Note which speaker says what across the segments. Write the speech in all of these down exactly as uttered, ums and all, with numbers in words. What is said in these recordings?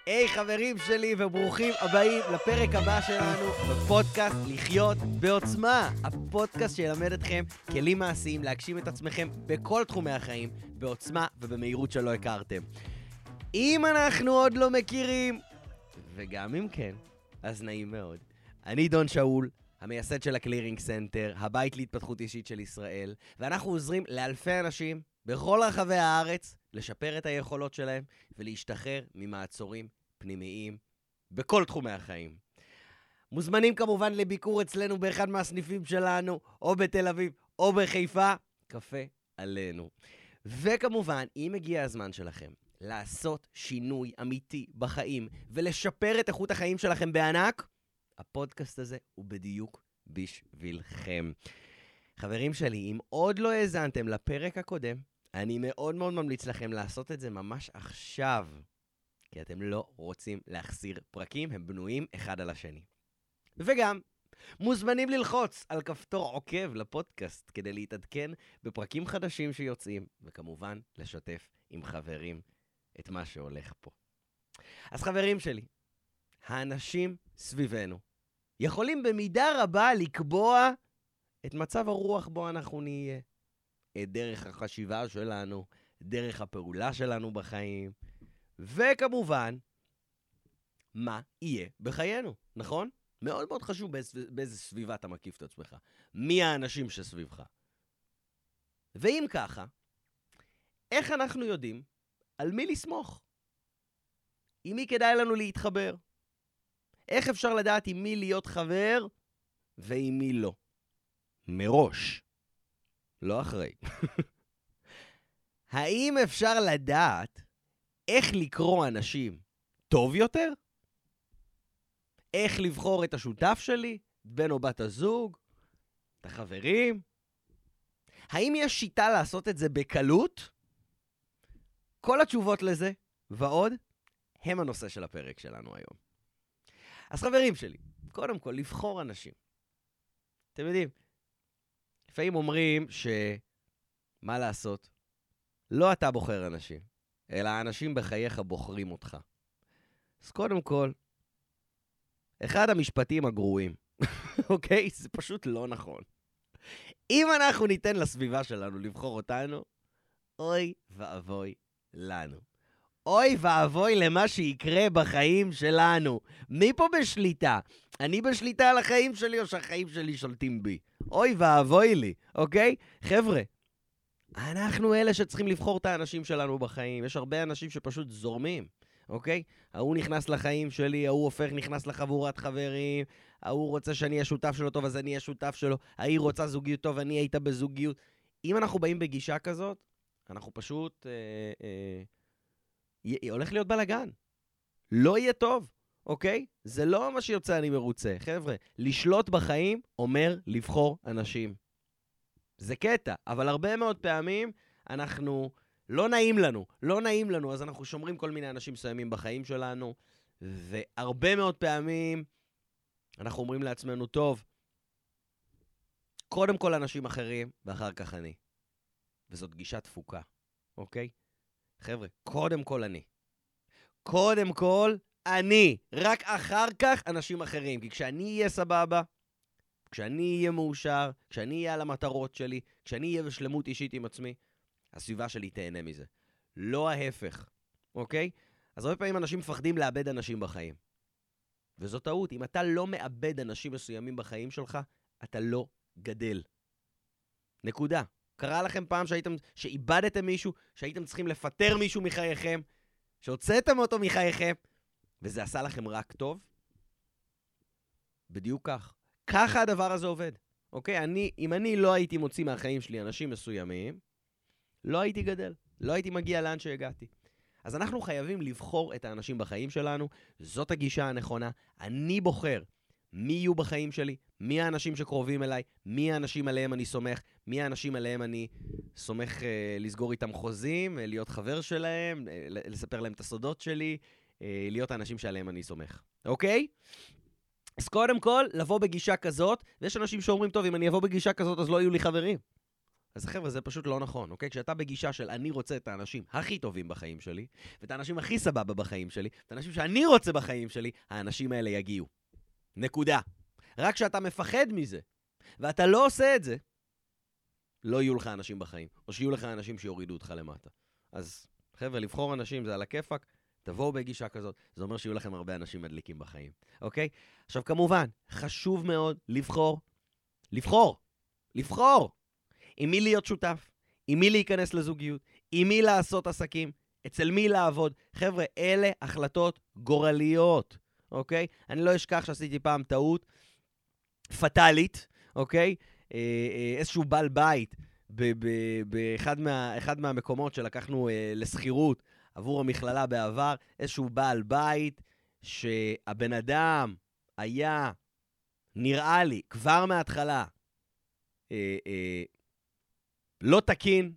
Speaker 1: היי hey, חברים שלי וברוכים הבאים לפרק הבא שלנו בפודקאסט לחיות בעוצמה. הפודקאסט שילמד אתכם כלים מעשיים להגשים את עצמכם בכל תחומי החיים, בעוצמה ובמהירות שלא הכרתם. אם אנחנו עוד לא מכירים, וגם אם כן, אז נעים מאוד. אני דון שאול, המייסד של הקלירינג סנטר, הבית להתפתחות אישית של ישראל, ואנחנו עוזרים לאלפי אנשים בכל רחבי הארץ לשפר את היכולות שלהם ולהשתחרר ממעצורים פנימיים בכל תחומי החיים. מוזמנים כמובן לביקור אצלנו באחד מהסניפים שלנו, או בתל אביב או בחיפה, קפה עלינו. וכמובן, אם הגיע הזמן שלכם לעשות שינוי אמיתי בחיים ולשפר את איכות החיים שלכם בענק, הפודקאסט הזה הוא בדיוק בשבילכם. חברים שלי, אם עוד לא האזנתם לפרק הקודם, אני מאוד מאוד ממליץ לכם לעשות את זה ממש עכשיו, כי אתם לא רוצים להחסיר פרקים, הם בנויים אחד על השני. וגם, מוזמנים ללחוץ על כפתור עוקב לפודקאסט כדי להתעדכן בפרקים חדשים שיוצאים, וכמובן לשתף עם חברים את מה שהולך פה. אז חברים שלי, האנשים סביבנו יכולים במידה רבה לקבוע את מצב הרוח בו אנחנו נהיה. את דרך החשיבה שלנו, דרך הפעולה שלנו בחיים, וכמובן, מה יהיה בחיינו, נכון? מאוד מאוד חשוב באיזה, באיזה סביבה אתה מקיף את עצמך. מי האנשים שסביבך? ואם ככה, איך אנחנו יודעים על מי לסמוך? עם מי כדאי לנו להתחבר? איך אפשר לדעת עם מי להיות חבר ועם מי לא? מראש. לא אחרי. האם אפשר לדעת איך לקרוא אנשים טוב יותר? איך לבחור את השותף שלי, בן או בת הזוג, את החברים? האם יש שיטה לעשות את זה בקלות? כל התשובות לזה ועוד הם הנושא של הפרק שלנו היום. אז חברים שלי, קודם כל לבחור אנשים. אתם יודעים, לפעמים אומרים שמה לעשות? לא אתה בוחר אנשים, אלא האנשים בחייך בוחרים אותך. אז קודם כל, אחד המשפטים הגרועים, אוקיי? זה פשוט לא נכון. אם אנחנו ניתן לסביבה שלנו לבחור אותנו, אוי ואבוי לנו. אוי ואבוי למה שיקרה בחיים שלנו. מי פה בשליטה? אני בשליטה על החיים שלי או שהחיים שלי שולטים בי? אוי ואבוי לי, אוקיי? חבר'ה, אנחנו אלה שצריכים לבחור את האנשים שלנו בחיים. יש הרבה אנשים שפשוט זורמים, אוקיי? ההוא נכנס לחיים שלי, ההוא הופך נכנס לחבורת חברים, ההוא רוצה שאני אהיה שותף שלו טוב, אז אני אהיה שותף שלו, ההיא רוצה זוגיות טוב, אני הייתה בזוגיות. אם אנחנו באים בגישה כזאת, אנחנו פשוט... אה, אה, י- הולך להיות בלגן. לא יהיה טוב, אוקיי? זה לא מה שיוצא אני מרוצה. חבר'ה, לשלוט בחיים אומר לבחור אנשים. זה קטע, אבל הרבה מאוד פעמים אנחנו, לא נעים לנו, לא נעים לנו, אז אנחנו שומרים כל מיני אנשים מסוימים בחיים שלנו, והרבה מאוד פעמים אנחנו אומרים לעצמנו, טוב, קודם כל אנשים אחרים, ואחר כך אני. וזאת גישה תפוקה, אוקיי? חבר'ה, קודם כל אני. קודם כל אני. רק אחר כך אנשים אחרים. כי כשאני אהיה סבבה, כשאני אהיה מאושר, כשאני אהיה על המטרות שלי, כשאני אהיה בשלמות אישית עם עצמי, הסביבה שלי תהנה מזה. לא ההפך, אוקיי? אז הרבה פעמים אנשים מפחדים לאבד אנשים בחיים. וזו טעות. אם אתה לא מאבד אנשים מסוימים בחיים שלך, אתה לא גדל. נקודה. קרה לכם פעם שהייתם, שאיבדתם מישהו, שהייתם צריכים לפטר מישהו מחייכם, שהוצאתם אותו מחייכם, וזה עשה לכם רק טוב? בדיוק כך. ככה הדבר הזה עובד. אוקיי? אני, אם אני לא הייתי מוציא מהחיים שלי אנשים מסוימים, לא הייתי גדל. לא הייתי מגיע לאן שהגעתי. אז אנחנו חייבים לבחור את האנשים בחיים שלנו. זאת הגישה הנכונה. אני בוחר מי יהיו בחיים שלי, מי האנשים שקרובים אליי, מי האנשים עליהם אני סומך, מי האנשים עליהם אני סומך אה, לסגור איתם חוזים, אה, להיות חבר שלהם, אה, לספר להם את הסודות שלי, אה, להיות האנשים שעליהם אני סומך. אוקיי? אז קודם כל, לבוא בגישה כזאת, ויש אנשים שאומרים, טוב, אם אני אבוא בגישה כזאת, אז לא יהיו לי חברים. אז חבר'ה, זה פשוט לא נכון, אוקיי? כשאתה בגישה של אני רוצה את האנשים הכי טובים בחיים שלי, ואת האנשים הכי סבבה בחיים שלי, את האנשים שאני רוצה בחיים שלי, האנשים האלה יגיעו. נקודה. רק כשאתה מפחד מזה, ואתה לא עושה את זה, לא יהיו לך אנשים בחיים, או שיהיו לך אנשים שיורידו אותך למטה. אז חבר'ה, לבחור אנשים זה על הכיפק, תבואו בגישה כזאת, זה אומר שיהיו לכם הרבה אנשים מדליקים בחיים, אוקיי? עכשיו, כמובן, חשוב מאוד לבחור, לבחור, לבחור, עם מי להיות שותף, עם מי להיכנס לזוגיות, עם מי לעשות עסקים, אצל מי לעבוד. חבר'ה, אלה החלטות גורליות, אוקיי? אני לא אשכח שעשיתי פעם טעות פטלית, אוקיי? אה, אה, איזשהו בעל בית, באחד מה, אחד מהמקומות שלקחנו אה, לסחירות עבור המכללה בעבר, איזשהו בעל בית שהבן אדם היה, נראה לי, כבר מההתחלה, אה, אה, לא תקין,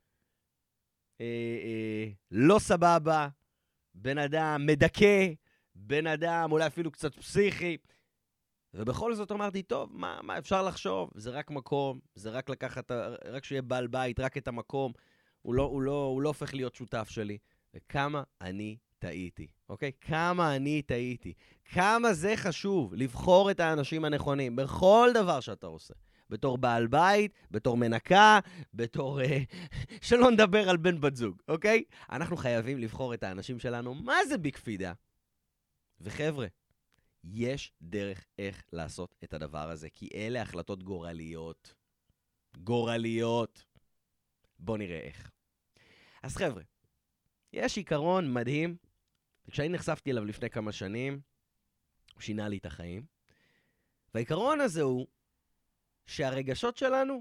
Speaker 1: אה, אה, לא סבבה, בן אדם מדכא, בן אדם אולי אפילו קצת פסיכי, ובכל זאת אמרתי, טוב, מה, מה אפשר לחשוב? זה רק מקום, זה רק לקחת, רק שיהיה בעל בית, רק את המקום, הוא לא, הוא לא, הוא לא הופך להיות שותף שלי. וכמה אני טעיתי, אוקיי? כמה אני טעיתי. כמה זה חשוב לבחור את האנשים הנכונים בכל דבר שאתה עושה. בתור בעל בית, בתור מנקה, בתור... שלא נדבר על בן בת זוג, אוקיי? אנחנו חייבים לבחור את האנשים שלנו. מה זה בקפידה? וחבר'ה, יש דרך איך לעשות את הדבר הזה, כי אלה החלטות גורליות. גורליות. בואו נראה איך. אז חבר'ה, יש עיקרון מדהים, וכשאני נחשפתי אליו לפני כמה שנים, הוא שינה לי את החיים. והעיקרון הזה הוא שהרגשות שלנו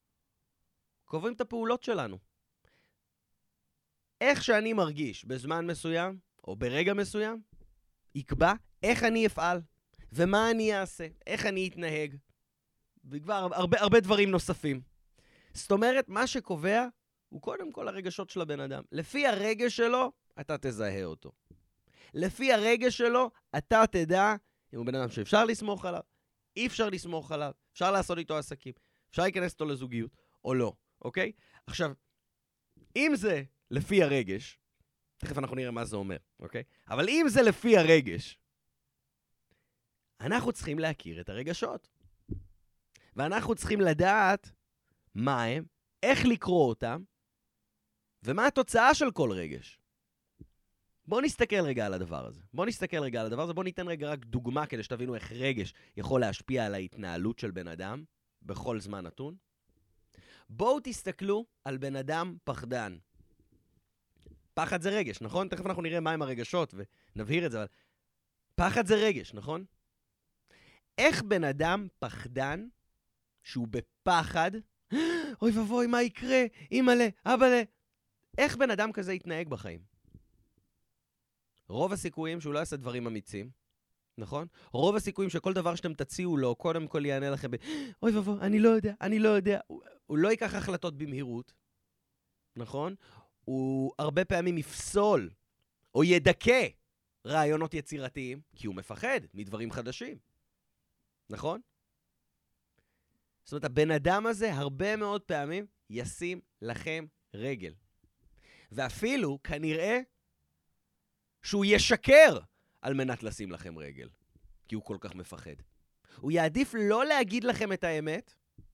Speaker 1: קובעים את הפעולות שלנו. איך שאני מרגיש בזמן מסוים, או ברגע מסוים, יקבע איך אני אפעל, ומה אני אעשה, איך אני אתנהג, וכבר הרבה, הרבה דברים נוספים. זאת אומרת, מה שקובע הוא קודם כל הרגשות של הבן אדם. לפי הרגש שלו, אתה תזהה אותו. לפי הרגש שלו, אתה תדע אם הוא בן אדם שאפשר לסמוך עליו, אי אפשר לסמוך עליו, אפשר לעשות איתו עסקים, אפשר להיכנס איתו לזוגיות, או לא, אוקיי? עכשיו, אם זה לפי הרגש, תכף אנחנו נראה מה זה אומר, אוקיי? אבל אם זה לפי הרגש, אנחנו צריכים להכיר את הרגשות. ואנחנו צריכים לדעת מה הם, איך לקרוא אותם, ומה התוצאה של כל רגש. בואו נסתכל רגע על הדבר הזה. בואו נסתכל רגע על הדבר הזה. בואו ניתן רגע רק דוגמה כדי שתבינו איך רגש יכול להשפיע על ההתנהלות של בן אדם בכל זמן נתון. בואו תסתכלו על בן אדם פחדן. פחד זה רגש, נכון? תכף אנחנו נראה מהם הרגשות ונבהיר את זה, אבל פחד זה רגש, נכון? איך בן אדם פחדן שהוא בפחד, אוי ובוי, מה יקרה? אמא'לה, אבא'לה. איך בן אדם כזה יתנהג בחיים? רוב הסיכויים שהוא לא יעשה דברים אמיצים, נכון? רוב הסיכויים שכל דבר שאתם תציעו לו, קודם כל יענה לכם ב... אוי ובוי, אני לא יודע, אני לא יודע. הוא, הוא לא ייקח החלטות במהירות, נכון? הוא הרבה פעמים יפסול או ידכא רעיונות יצירתיים, כי הוא מפחד מדברים חדשים, נכון? זאת אומרת, הבן אדם הזה הרבה מאוד פעמים ישים לכם רגל. ואפילו, כנראה, שהוא ישקר על מנת לשים לכם רגל, כי הוא כל כך מפחד. הוא יעדיף לא להגיד לכם את האמת,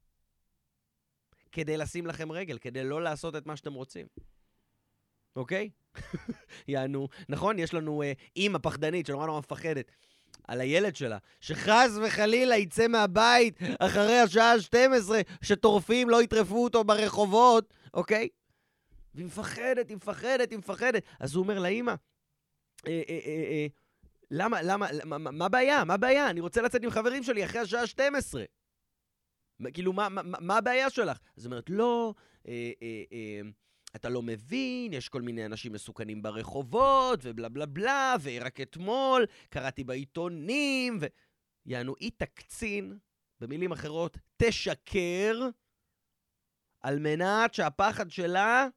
Speaker 1: כדי לשים לכם רגל, כדי לא לעשות את מה שאתם רוצים. אוקיי? יענו, נכון? יש לנו אה, אימא פחדנית שנורא נורא מפחדת על הילד שלה, שחס וחלילה יצא מהבית אחרי השעה שתים עשרה, שטורפים לא יטרפו אותו ברחובות, אוקיי? והיא מפחדת, היא מפחדת, היא מפחדת. אז הוא אומר לאמא, אה, אה, אה, אה, למה, למה, מה, מה הבעיה? מה הבעיה? אני רוצה לצאת עם חברים שלי אחרי השעה שתים עשרה. כאילו, מה, מה, מה הבעיה שלך? אז היא אומרת, לא, אה, אה, אה, אתה לא מבין, יש כל מיני אנשים מסוכנים ברחובות, ובלה בלה בלה, ורק אתמול קראתי בעיתונים, ו... יענו, היא תקצין, במילים אחרות, תשקר, על מנת שהפחד שלה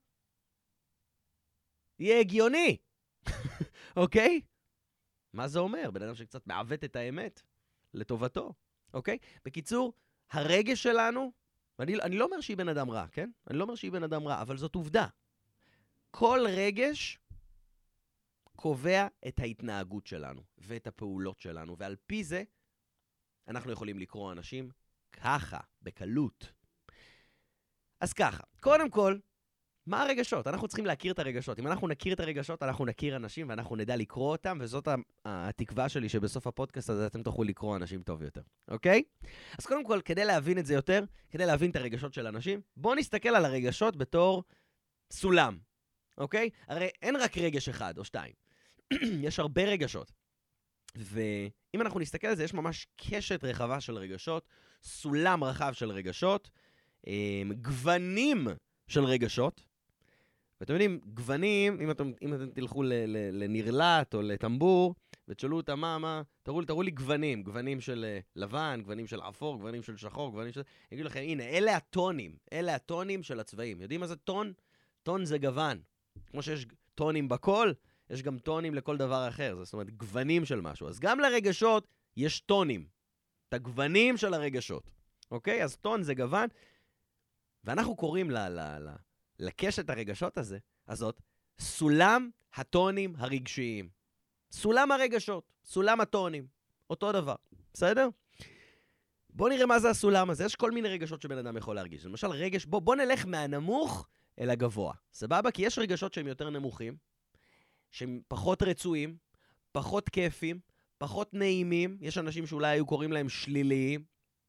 Speaker 1: יהיה הגיוני. אוקיי? מה זה אומר? בן אדם שקצת מעוות את האמת לטובתו. אוקיי? בקיצור, הרגש שלנו ואני אני לא אומר שהיא בן אדם רע, כן? אני לא אומר שהיא בן אדם רע, אבל זאת עובדה. כל רגש קובע את ההתנהגות שלנו ואת הפעולות שלנו, ועל פי זה אנחנו יכולים לקרוא אנשים ככה, בקלות. אז ככה, קודם כל, מה הרגשות? אנחנו צריכים להכיר את הרגשות. אם אנחנו נכיר את הרגשות, אנחנו נכיר אנשים ואנחנו נדע לקרוא אותם, וזאת התקווה שלי שבסוף הפודקאסט הזה אתם תוכלו לקרוא אנשים טוב יותר, אוקיי? אז קודם כל, כדי להבין את זה יותר, כדי להבין את הרגשות של אנשים, בואו נסתכל על הרגשות בתור סולם, אוקיי? הרי אין רק רגש אחד או שתיים. יש הרבה רגשות. ואם אנחנו נסתכל על זה, יש ממש קשת רחבה של רגשות, סולם רחב של רגשות, גוונים של רגשות. ואתם יודעים, גוונים, אם אתם, אם אתם תלכו ל, ל, לנרלט או לטמבור, ותשאלו אותם מה, מה, תראו, תראו לי גוונים, גוונים של לבן, גוונים של אפור, גוונים של שחור, גוונים של... אני אגיד לכם, הנה, אלה הטונים, אלה הטונים של הצבעים. יודעים מה זה טון? טון זה גוון. כמו שיש טונים בכל, יש גם טונים לכל דבר אחר. זאת אומרת, גוונים של משהו. אז גם לרגשות יש טונים. את הגוונים של הרגשות. אוקיי? אז טון זה גוון. ואנחנו קוראים ל... ל, ל לקשת הרגשות הזה, הזאת, סולם הטונים הרגשיים. סולם הרגשות, סולם הטונים. אותו דבר, בסדר? בואו נראה מה זה הסולם הזה. יש כל מיני רגשות שבן אדם יכול להרגיש. למשל, רגש, בוא, בוא נלך מהנמוך אל הגבוה. סבבה? כי יש רגשות שהם יותר נמוכים, שהם פחות רצויים, פחות כיפים, פחות נעימים. יש אנשים שאולי היו קוראים להם שליליים.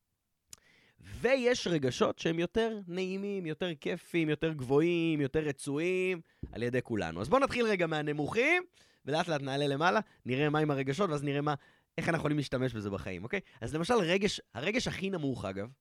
Speaker 1: ויש רגשות שהם יותר נעימים, יותר כיפים, יותר גבוהים, יותר רצויים, על ידי כולנו. אז בואו נתחיל רגע מהנמוכים, ולאט לאט נעלה למעלה, נראה מה עם הרגשות, ואז נראה מה, איך אנחנו יכולים להשתמש בזה בחיים, אוקיי? אז למשל, רגש, הרגש הכי נמוך, אגב,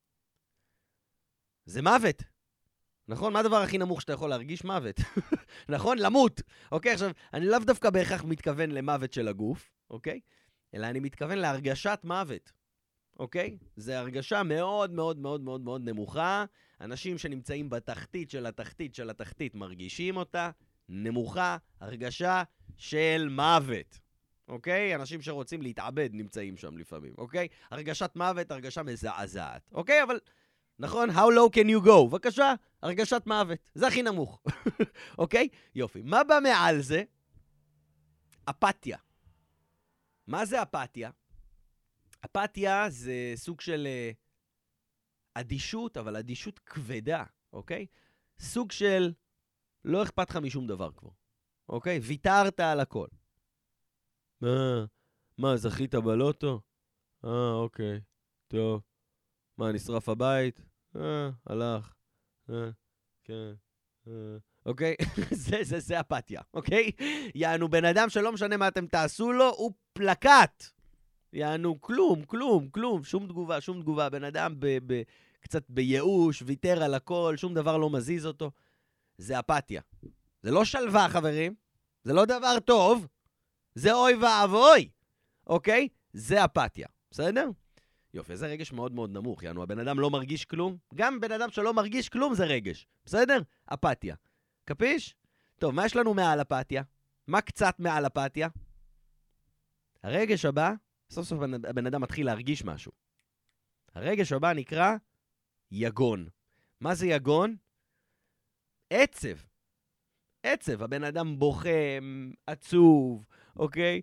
Speaker 1: זה מוות. נכון? מה הדבר הכי נמוך שאתה יכול להרגיש? מוות. נכון? למות. אוקיי? עכשיו, אני לאו דווקא בהכרח מתכוון למוות של הגוף, אוקיי? אלא אני מתכוון להרגשת מוות. אוקיי? זה הרגשה מאוד מאוד מאוד מאוד מאוד נמוכה. אנשים שנמצאים בתחתית של התחתית של התחתית מרגישים אותה. נמוכה, הרגשה של מוות. אוקיי? אנשים שרוצים להתאבד נמצאים שם לפעמים. אוקיי? הרגשת מוות, הרגשה מזעזעת. אוקיי? אבל, נכון? How low can you go? בבקשה, הרגשת מוות. זה הכי נמוך. אוקיי? יופי. מה בא מעל זה? אפתיה. מה זה אפתיה? אפתיה זה סוג של אדישות, אבל אדישות כבדה, אוקיי? סוג של לא אכפת לך משום דבר כבר, אוקיי? ויתרת על הכל. מה? מה, זכית בלוטו? אה, אוקיי, טוב. מה, נשרף הבית? אה, הלך. אה, כן. אה. אוקיי? זה, זה, זה אפתיה, אוקיי? יענו, בן אדם שלא משנה מה אתם תעשו לו, הוא פלקט. יענו, כלום, כלום, כלום, שום תגובה, שום תגובה. בן אדם ב- ב- קצת בייאוש, ויתר על הכל, שום דבר לא מזיז אותו. זה אפתיה. זה לא שלווה, חברים. זה לא דבר טוב. זה אוי ואבוי. אוקיי? זה אפתיה. בסדר? יופי, זה רגש מאוד מאוד נמוך. יענו, הבן אדם לא מרגיש כלום. גם בן אדם שלא מרגיש כלום זה רגש. בסדר? אפתיה. קפיש? טוב, מה יש לנו מעל אפתיה? מה קצת מעל אפתיה? הרגש הבא, סוף סוף הבן אדם מתחיל להרגיש משהו. הרגש הבא נקרא יגון. מה זה יגון? עצב. עצב. הבן אדם בוחם, עצוב, אוקיי?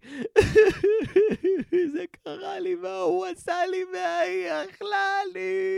Speaker 1: זה קרה לי, מה הוא עשה לי, מה היא אכלה לי.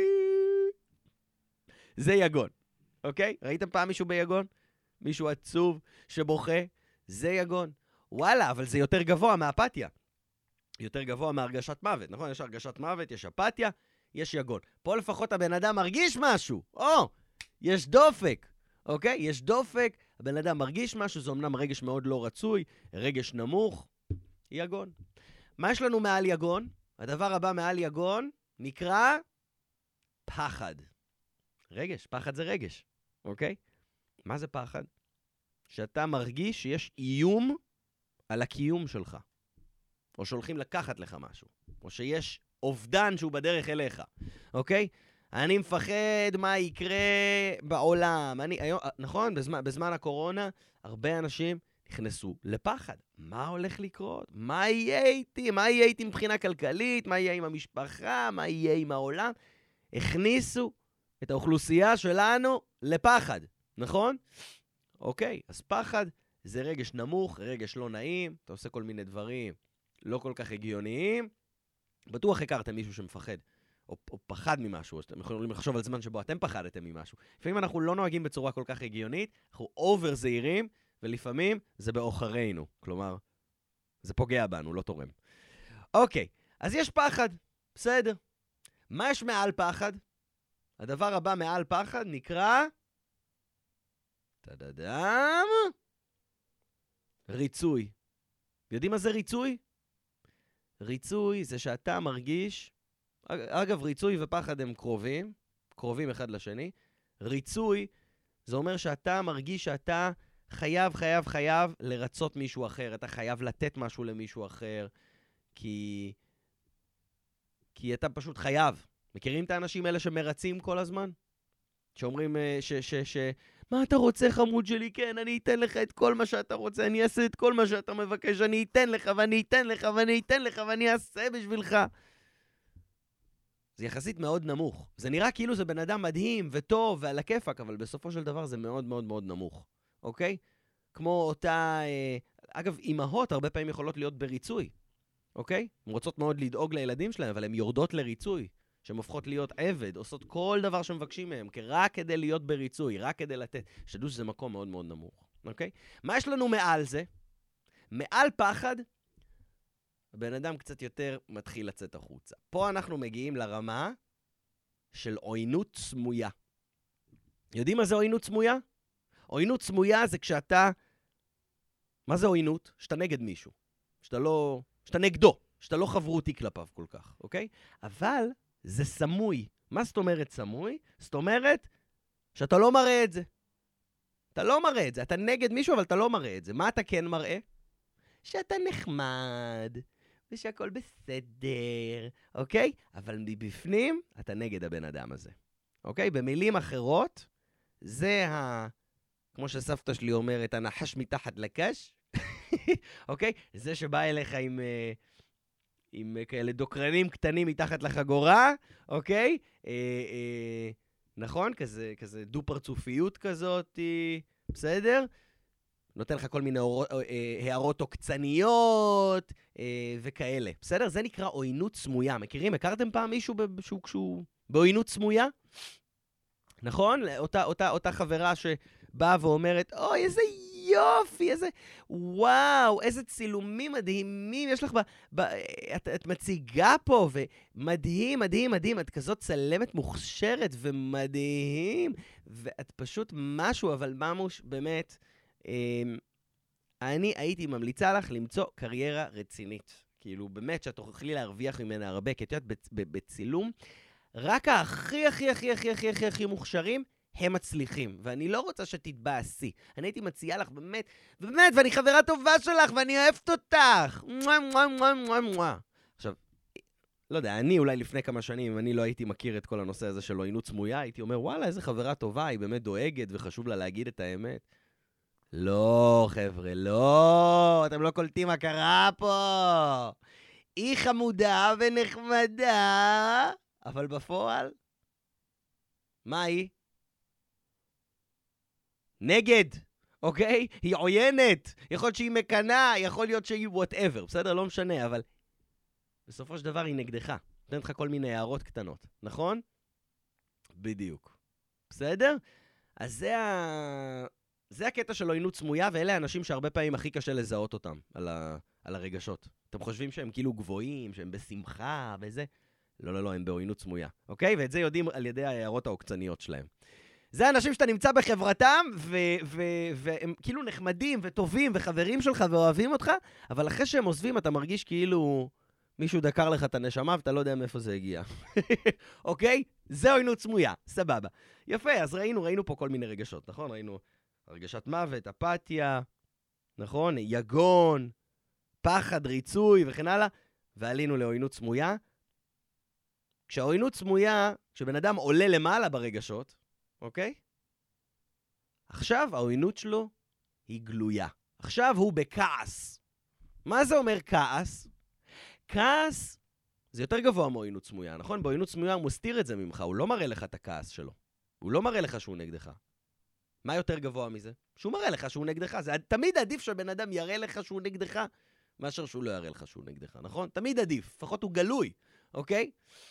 Speaker 1: זה יגון, אוקיי? ראיתם פעם מישהו ביגון? מישהו עצוב שבוכה? זה יגון. וואלה, אבל זה יותר גבוה מהאפתיה. יותר גבוה מהרגשת מוות, נכון? יש הרגשת מוות, יש אפתיה, יש יגון. פה לפחות הבן אדם מרגיש משהו. או, יש דופק, אוקיי? יש דופק, הבן אדם מרגיש משהו, זה אמנם רגש מאוד לא רצוי, רגש נמוך, יגון. מה יש לנו מעל יגון? הדבר הבא מעל יגון נקרא פחד. רגש, פחד זה רגש, אוקיי? מה זה פחד? שאתה מרגיש שיש איום על הקיום שלך. או שהולכים לקחת לך משהו. או שיש אובדן שהוא בדרך אליך. אוקיי? אני מפחד מה יקרה בעולם. אני, היום, נכון? בזמן, בזמן הקורונה, הרבה אנשים נכנסו לפחד. מה הולך לקרות? מה יהיה איתי? מה יהיה איתי מבחינה כלכלית? מה יהיה עם המשפחה? מה יהיה עם העולם? הכניסו את האוכלוסייה שלנו לפחד, נכון? אוקיי, אז פחד זה רגש נמוך, רגש לא נעים, אתה עושה כל מיני דברים לא כל כך הגיוניים. בטוח הכרתם מישהו שמפחד, או, או פחד ממשהו, אז אתם יכולים לחשוב על זמן שבו אתם פחדתם ממשהו. לפעמים אנחנו לא נוהגים בצורה כל כך הגיונית, אנחנו אובר זהירים, ולפעמים זה באוחרינו. כלומר, זה פוגע בנו, לא תורם. אוקיי, אז יש פחד, בסדר. מה יש מעל פחד? הדבר הבא מעל פחד נקרא... תדדם... ריצוי. יודעים מה זה ריצוי? ריצוי זה שאתה מרגיש... אגב, ריצוי ופחד הם קרובים, קרובים אחד לשני. ריצוי זה אומר שאתה מרגיש שאתה חייב, חייב, חייב לרצות מישהו אחר. אתה חייב לתת משהו למישהו אחר, כי... כי אתה פשוט חייב. מכירים את האנשים האלה שמרצים כל הזמן? שאומרים ש... ש... ש... מה אתה רוצה, חמוד שלי? כן, אני אתן לך את כל מה שאתה רוצה, אני אעשה את כל מה שאתה מבקש, אני אתן לך ואני אתן לך ואני אתן לך ואני אעשה בשבילך. זה יחסית מאוד נמוך. זה נראה כאילו זה בן אדם מדהים וטוב ועל הכיפק, אבל בסופו של דבר זה מאוד מאוד מאוד נמוך. אוקיי? כמו אותה... אה, אגב, אמהות הרבה פעמים יכולות להיות בריצוי. אוקיי? הן רוצות מאוד לדאוג לילדים שלהם, אבל הן יורדות לריצוי. שהן הופכות להיות עבד, עושות כל דבר שמבקשים מהם, רק כדי להיות בריצוי, רק כדי לתת. שתדעו שזה מקום מאוד מאוד נמוך. אוקיי? מה יש לנו מעל זה? מעל פחד, הבן אדם קצת יותר מתחיל לצאת החוצה. פה אנחנו מגיעים לרמה של עוינות סמויה. יודעים מה זה עוינות סמויה? עוינות סמויה זה כשאתה... מה זה עוינות? שאתה נגד מישהו. שאתה לא... שאתה נגדו. שאתה לא חברותי כלפיו כל כך, אוקיי? אבל זה סמוי. מה זאת אומרת סמוי? זאת אומרת שאתה לא מראה את זה. אתה לא מראה את זה. אתה נגד מישהו, אבל אתה לא מראה את זה. מה אתה כן מראה? שאתה נחמד, ושהכל בסדר, אוקיי? אבל מבפנים, אתה נגד הבן אדם הזה. אוקיי? במילים אחרות, זה ה... כמו שסבתא שלי אומרת, הנחש מתחת לקש. אוקיי? זה שבא אליך עם... עם כאלה דוקרנים קטנים מתחת לחגורה, אוקיי? אה, אה, נכון? כזה, כזה דו-פרצופיות כזאת, בסדר? נותן לך כל מיני הערות, אה, הערות עוקצניות אה, וכאלה. בסדר? זה נקרא עוינות סמויה. מכירים? הכרתם פעם מישהו שהוא, שהוא בעוינות סמויה? נכון? אותה, אותה, אותה חברה שבאה ואומרת, אוי, איזה יופי, איזה, וואו, איזה צילומים מדהימים יש לך, ב, ב, את, את מציגה פה, ומדהים, מדהים, מדהים, את כזאת צלמת מוכשרת ומדהים, ואת פשוט משהו, אבל ממוש, באמת, אני הייתי ממליצה לך למצוא קריירה רצינית. כאילו, באמת, שאת תוכלי להרוויח ממנה הרבה, כי את יודעת, בצילום, רק הכי, הכי, הכי, הכי, הכי, הכי, הכי מוכשרים, הם מצליחים, ואני לא רוצה שתתבאסי. אני הייתי מציעה לך, באמת, באמת, ואני חברה טובה שלך, ואני אוהבת אותך. מואה, מואה, מואה, מואה, מואה. עכשיו, לא יודע, אני אולי לפני כמה שנים, אם אני לא הייתי מכיר את כל הנושא הזה של עוינות סמויה, הייתי אומר, וואלה, איזה חברה טובה, היא באמת דואגת, וחשוב לה להגיד את האמת. לא, חבר'ה, לא, אתם לא קולטים מה קרה פה. היא חמודה ונחמדה, אבל בפועל, מה היא? נגד, אוקיי? היא עוינת, יכול להיות שהיא מקנה, יכול להיות שהיא whatever, בסדר? לא משנה, אבל בסופו של דבר היא נגדך. נותנת לך כל מיני הערות קטנות, נכון? בדיוק. בסדר? אז זה ה... זה הקטע של עוינות סמויה, ואלה האנשים שהרבה פעמים הכי קשה לזהות אותם על, ה... על הרגשות. אתם חושבים שהם כאילו גבוהים, שהם בשמחה וזה? לא, לא, לא, הם בעוינות סמויה, אוקיי? ואת זה יודעים על ידי ההערות העוקצניות שלהם. זה האנשים שאתה נמצא בחברתם, ו- ו- והם כאילו נחמדים וטובים וחברים שלך ואוהבים אותך, אבל אחרי שהם עוזבים אתה מרגיש כאילו מישהו דקר לך את הנשמה ואתה לא יודע מאיפה זה הגיע. אוקיי? זה עוינות סמויה, סבבה. יפה, אז ראינו, ראינו פה כל מיני רגשות, נכון? ראינו רגשת מוות, אפתיה, נכון? יגון, פחד, ריצוי וכן הלאה, ועלינו לעוינות סמויה. כשהעוינות סמויה, כשבן אדם עולה למעלה ברגשות, אוקיי? עכשיו העוינות שלו היא גלויה. עכשיו הוא בכעס. מה זה אומר כעס? כעס זה יותר גבוה מעוינות סמויה, נכון? בעוינות סמויה הוא מסתיר את זה ממך, הוא לא מראה לך את הכעס שלו, הוא לא מראה לך שהוא נגדך. מה יותר גבוה מזה? שהוא מראה לך שהוא נגדך. זה תמיד עדיף שבן אדם יראה לך שהוא נגדך, מאשר שהוא לא יראה לך שהוא נגדך, נכון? תמיד עדיף, לפחות הוא גלוי, אוקיי?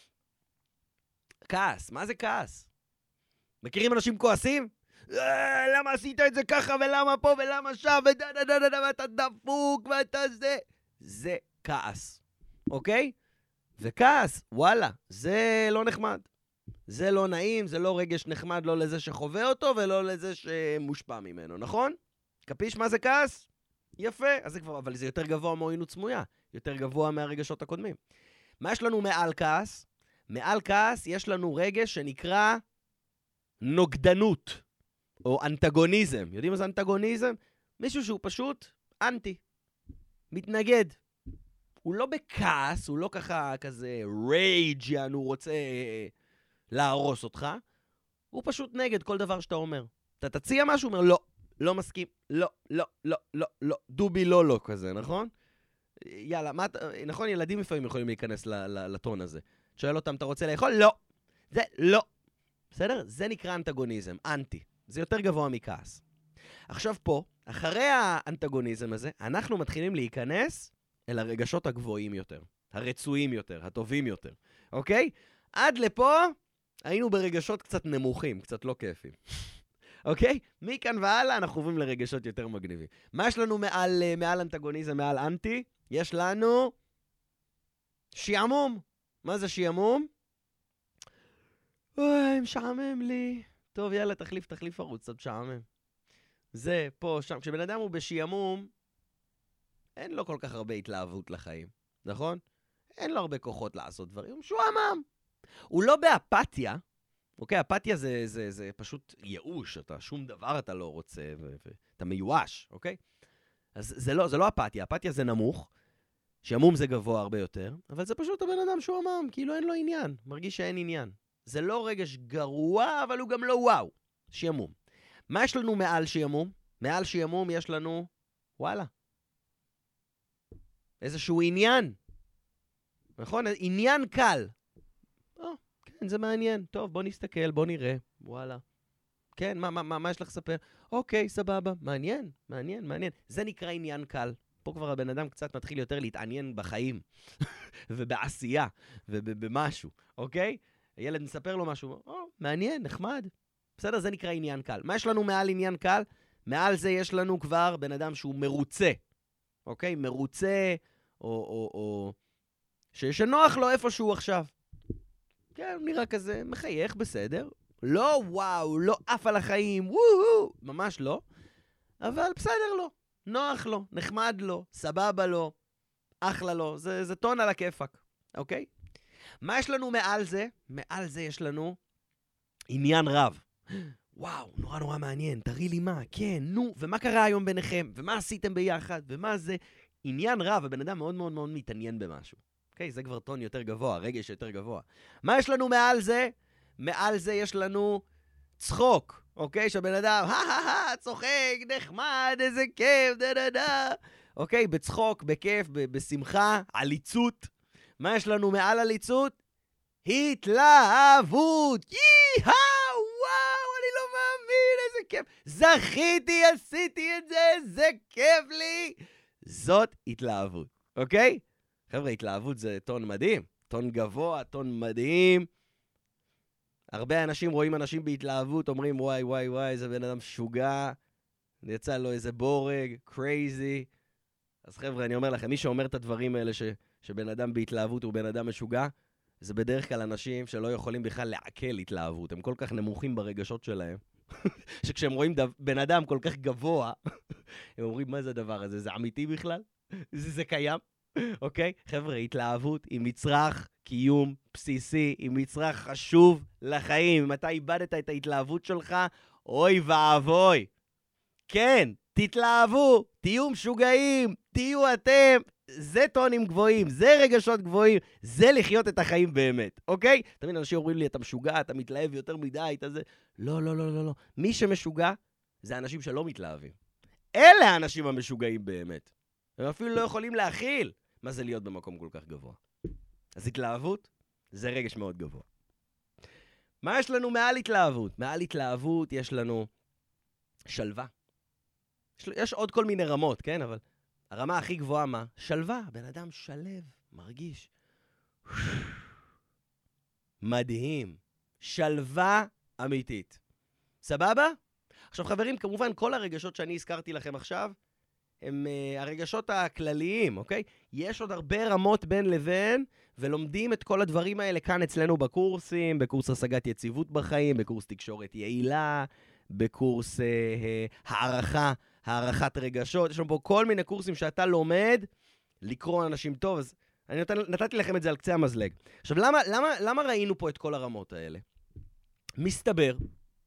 Speaker 1: כעס, מה זה כעס? מכירים אנשים כועסים? למה עשית את זה ככה, ולמה פה, ולמה שם, ודה דה דה דה, ואתה דפוק, ואתה זה. זה כעס, אוקיי? וכעס, וואלה, זה לא נחמד. זה לא נעים, זה לא רגש נחמד, לא לזה שחווה אותו, ולא לזה שמושפע ממנו, נכון? קפיש מה זה כעס? יפה, אז זה כבר, אבל זה יותר גבוה מעוינות סמויה, יותר גבוה מהרגשות הקודמים. מה יש לנו מעל כעס? מעל כעס יש לנו רגש שנקרא נוגדנות, או אנטגוניזם. יודעים מה זה אנטגוניזם? מישהו שהוא פשוט אנטי, מתנגד. הוא לא בכעס, הוא לא ככה כזה רייג' יענו, הוא רוצה להרוס אותך. הוא פשוט נגד כל דבר שאתה אומר. אתה תציע משהו, הוא אומר לא, לא מסכים, לא, לא, לא, לא, לא, דובי לא לא כזה, נכון? יאללה, מה, נכון, ילדים לפעמים יכולים להיכנס לטון הזה. שואל אותם, אתה רוצה לאכול? לא. זה לא. בסדר? זה נקרא אנטגוניזם, אנטי. זה יותר גבוה מכעס. עכשיו פה, אחרי האנטגוניזם הזה, אנחנו מתחילים להיכנס אל הרגשות הגבוהים יותר, הרצויים יותר, הטובים יותר, אוקיי? עד לפה היינו ברגשות קצת נמוכים, קצת לא כיפים. אוקיי? מכאן והלאה אנחנו עוברים לרגשות יותר מגניבים. מה יש לנו מעל, מעל אנטגוניזם, מעל אנטי? יש לנו שיעמום. מה זה שיעמום? אוי, משעמם לי. טוב, יאללה, תחליף, תחליף ערוץ, קצת משעמם. זה, פה, שם. כשבן אדם הוא בשיעמום, אין לו כל כך הרבה התלהבות לחיים, נכון? אין לו הרבה כוחות לעשות דברים, הוא משועמם. הוא לא באפתיה, אוקיי? אפתיה זה, זה, זה פשוט ייאוש, אתה שום דבר אתה לא רוצה, ואתה מיואש, אוקיי? אז זה לא, זה לא אפתיה, אפתיה זה נמוך, שיעמום זה גבוה הרבה יותר, אבל זה פשוט הבן אדם שועמם, כאילו אין לו עניין, מרגיש שאין עניין. זה לא רגש גרוע, אבל הוא גם לא וואו, שיעמום. מה יש לנו מעל שיעמום? מעל שיעמום יש לנו, וואלה, איזשהו עניין. נכון? עניין קל. או, כן, זה מעניין. טוב, בוא נסתכל, בוא נראה. וואלה. כן, מה, מה, מה, מה יש לך לספר? אוקיי, סבבה. מעניין, מעניין, מעניין. זה נקרא עניין קל. פה כבר הבן אדם קצת מתחיל יותר להתעניין בחיים. ובעשייה. ובמשהו. אוקיי? הילד מספר לו משהו. או, מעניין, נחמד. בסדר, זה נקרא עניין קל. מה יש לנו מעל עניין קל? מעל זה יש לנו כבר בן אדם שהוא מרוצה. אוקיי? מרוצה, או, או, או... שנוח לו איפה שהוא עכשיו. כן, הוא נראה כזה, מחייך, בסדר. לא וואו, לא אף על החיים, וואו, ממש לא. אבל בסדר לו, נוח לו, נחמד לו, סבבה לו, אחלה לו, זה, זה טון על הכיפק, אוקיי? מה יש לנו מעל זה? מעל זה יש לנו עניין רב. וואו, נורא נורא מעניין, תראי לי מה, כן, נו, ומה קרה היום ביניכם, ומה עשיתם ביחד, ומה זה? עניין רב, הבן אדם מאוד מאוד מאוד מתעניין במשהו. אוקיי, זה כבר טון יותר גבוה, רגש יותר גבוה. מה יש לנו מעל זה? מעל זה יש לנו צחוק, אוקיי? שהבן אדם, הא-הא-הא, צוחק, נחמד, איזה כיף, דה-דה-דה. אוקיי, בצחוק, בכיף, בשמחה, עליצות. מה יש לנו מעל עליצות? התלהבות. יאה, וואו, אני לא מאמין, איזה כיף. זכיתי, עשיתי את זה, זה כיף לי. זאת התלהבות, אוקיי? חבר'ה, התלהבות זה טון מדהים, טון גבוה, טון מדהים. הרבה אנשים רואים אנשים בהתלהבות, אומרים וואי וואי וואי, איזה בן אדם שוגע, יצא לו איזה בורג, קרייזי. אז חבר'ה, אני אומר לכם, מי שאומר את הדברים האלה ש, שבן אדם בהתלהבות הוא בן אדם משוגע, זה בדרך כלל אנשים שלא יכולים בכלל לעכל התלהבות, הם כל כך נמוכים ברגשות שלהם, שכשהם רואים דו, בן אדם כל כך גבוה, הם אומרים מה זה הדבר הזה, זה אמיתי בכלל? זה, זה קיים? אוקיי? חבר'ה, התלהבות היא מצרך קיום בסיסי, היא מצרך חשוב לחיים. אם אתה איבדת את ההתלהבות שלך, אוי ואבוי. כן, תתלהבו, תהיו משוגעים, תהיו אתם. זה טונים גבוהים, זה רגשות גבוהים, זה לחיות את החיים באמת, אוקיי? תמיד אנשים אומרים לי, אתה משוגע, אתה מתלהב יותר מדי, אתה זה... לא, לא, לא, לא, לא. מי שמשוגע, זה אנשים שלא מתלהבים. אלה האנשים המשוגעים באמת. הם אפילו לא יכולים להכיל. מה זה להיות במקום כל כך גבוה? אז התלהבות זה רגש מאוד גבוה. מה יש לנו מעל התלהבות? מעל התלהבות יש לנו שלווה. יש, יש עוד כל מיני רמות, כן? אבל הרמה הכי גבוהה מה? שלווה. בן אדם שלב, מרגיש. מדהים. שלווה אמיתית. סבבה? עכשיו חברים, כמובן כל הרגשות שאני הזכרתי לכם עכשיו, הם uh, הרגשות הכלליים, אוקיי? יש עוד הרבה רמות בין לבין, ולומדים את כל הדברים האלה כאן אצלנו בקורסים, בקורס השגת יציבות בחיים, בקורס תקשורת יעילה, בקורס uh, uh, הערכה, הערכת רגשות. יש לנו פה כל מיני קורסים שאתה לומד לקרוא אנשים טוב, אז אני נת, נתתי לכם את זה על קצה המזלג. עכשיו, למה, למה, למה ראינו פה את כל הרמות האלה? מסתבר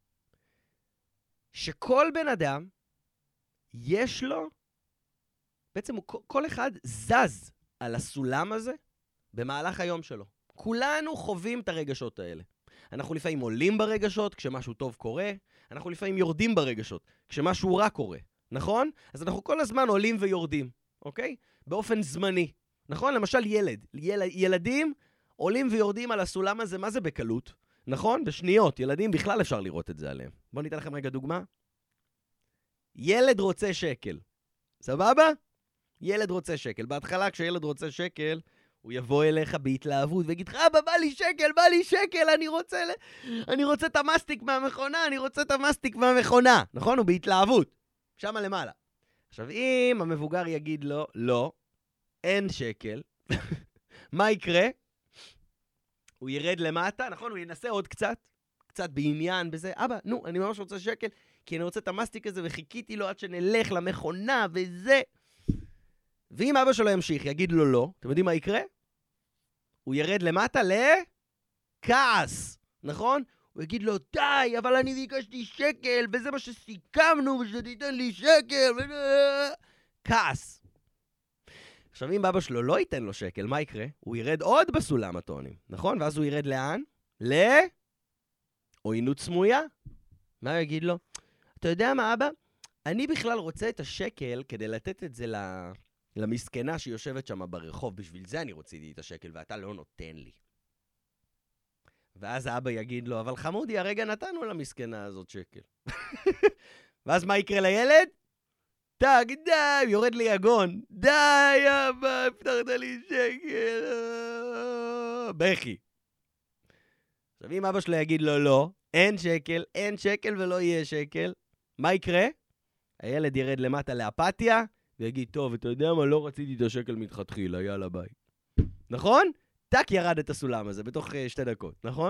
Speaker 1: שכל בן אדם יש לו, בעצם הוא, כל אחד זז על הסולם הזה במהלך היום שלו. כולנו חווים את הרגשות האלה. אנחנו לפעמים עולים ברגשות כשמשהו טוב קורה, אנחנו לפעמים יורדים ברגשות כשמשהו רע קורה, נכון? אז אנחנו כל הזמן עולים ויורדים, אוקיי? באופן זמני, נכון? למשל ילד, יל, ילדים עולים ויורדים על הסולם הזה, מה זה בקלות? נכון? בשניות, ילדים בכלל אפשר לראות את זה עליהם. בואו ניתן לכם רגע דוגמה. ילד רוצה שקל, סבבה? ילד רוצה שקל. בהתחלה כשילד רוצה שקל, הוא יבוא אליך בהתלהבות ויגיד לך, אבא, בא לי שקל, בא לי שקל, אני רוצה, ל... אני רוצה את המסטיק מהמכונה, אני רוצה את המסטיק מהמכונה. נכון? הוא בהתלהבות. שמה למעלה. עכשיו, אם המבוגר יגיד לו, לא, אין שקל, מה יקרה? הוא ירד למטה, נכון? הוא ינסה עוד קצת, קצת בעניין בזה. אבא, נו, אני ממש רוצה שקל, כי אני רוצה את המסטיק הזה, וחיכיתי לו עד שנלך למכונה וזה. ואם אבא שלו ימשיך, יגיד לו לא, אתם יודעים מה יקרה? הוא ירד למטה לכעס, נכון? הוא יגיד לו, די, אבל אני ביקשתי שקל, וזה מה שסיכמנו, ושתיתן לי שקל, ו... כעס. עכשיו, אם אבא שלו לא ייתן לו שקל, מה יקרה? הוא ירד עוד בסולם הטונים, נכון? ואז הוא ירד לאן? ל... עוינות סמויה. מה הוא יגיד לו? אתה יודע מה, אבא? אני בכלל רוצה את השקל כדי לתת את זה ל... למסכנה שיושבת שם ברחוב. בשביל זה אני רציתי את השקל, ואתה לא נותן לי. ואז האבא יגיד לו, אבל חמודי, הרגע נתנו למסכנה הזאת שקל. ואז מה יקרה לילד? טק, די, יורד לי יגון. די, אבא, הבטחת לי שקל. בכי. עכשיו, אם אבא שלו יגיד לו לא, אין שקל, אין שקל ולא יהיה שקל, מה יקרה? הילד ירד למטה לאפתיה, ויגיד, טוב, אתה יודע מה, לא רציתי את השקל מתחתחילה, יאללה ביי. נכון? טק ירד את הסולם הזה בתוך uh, שתי דקות, נכון?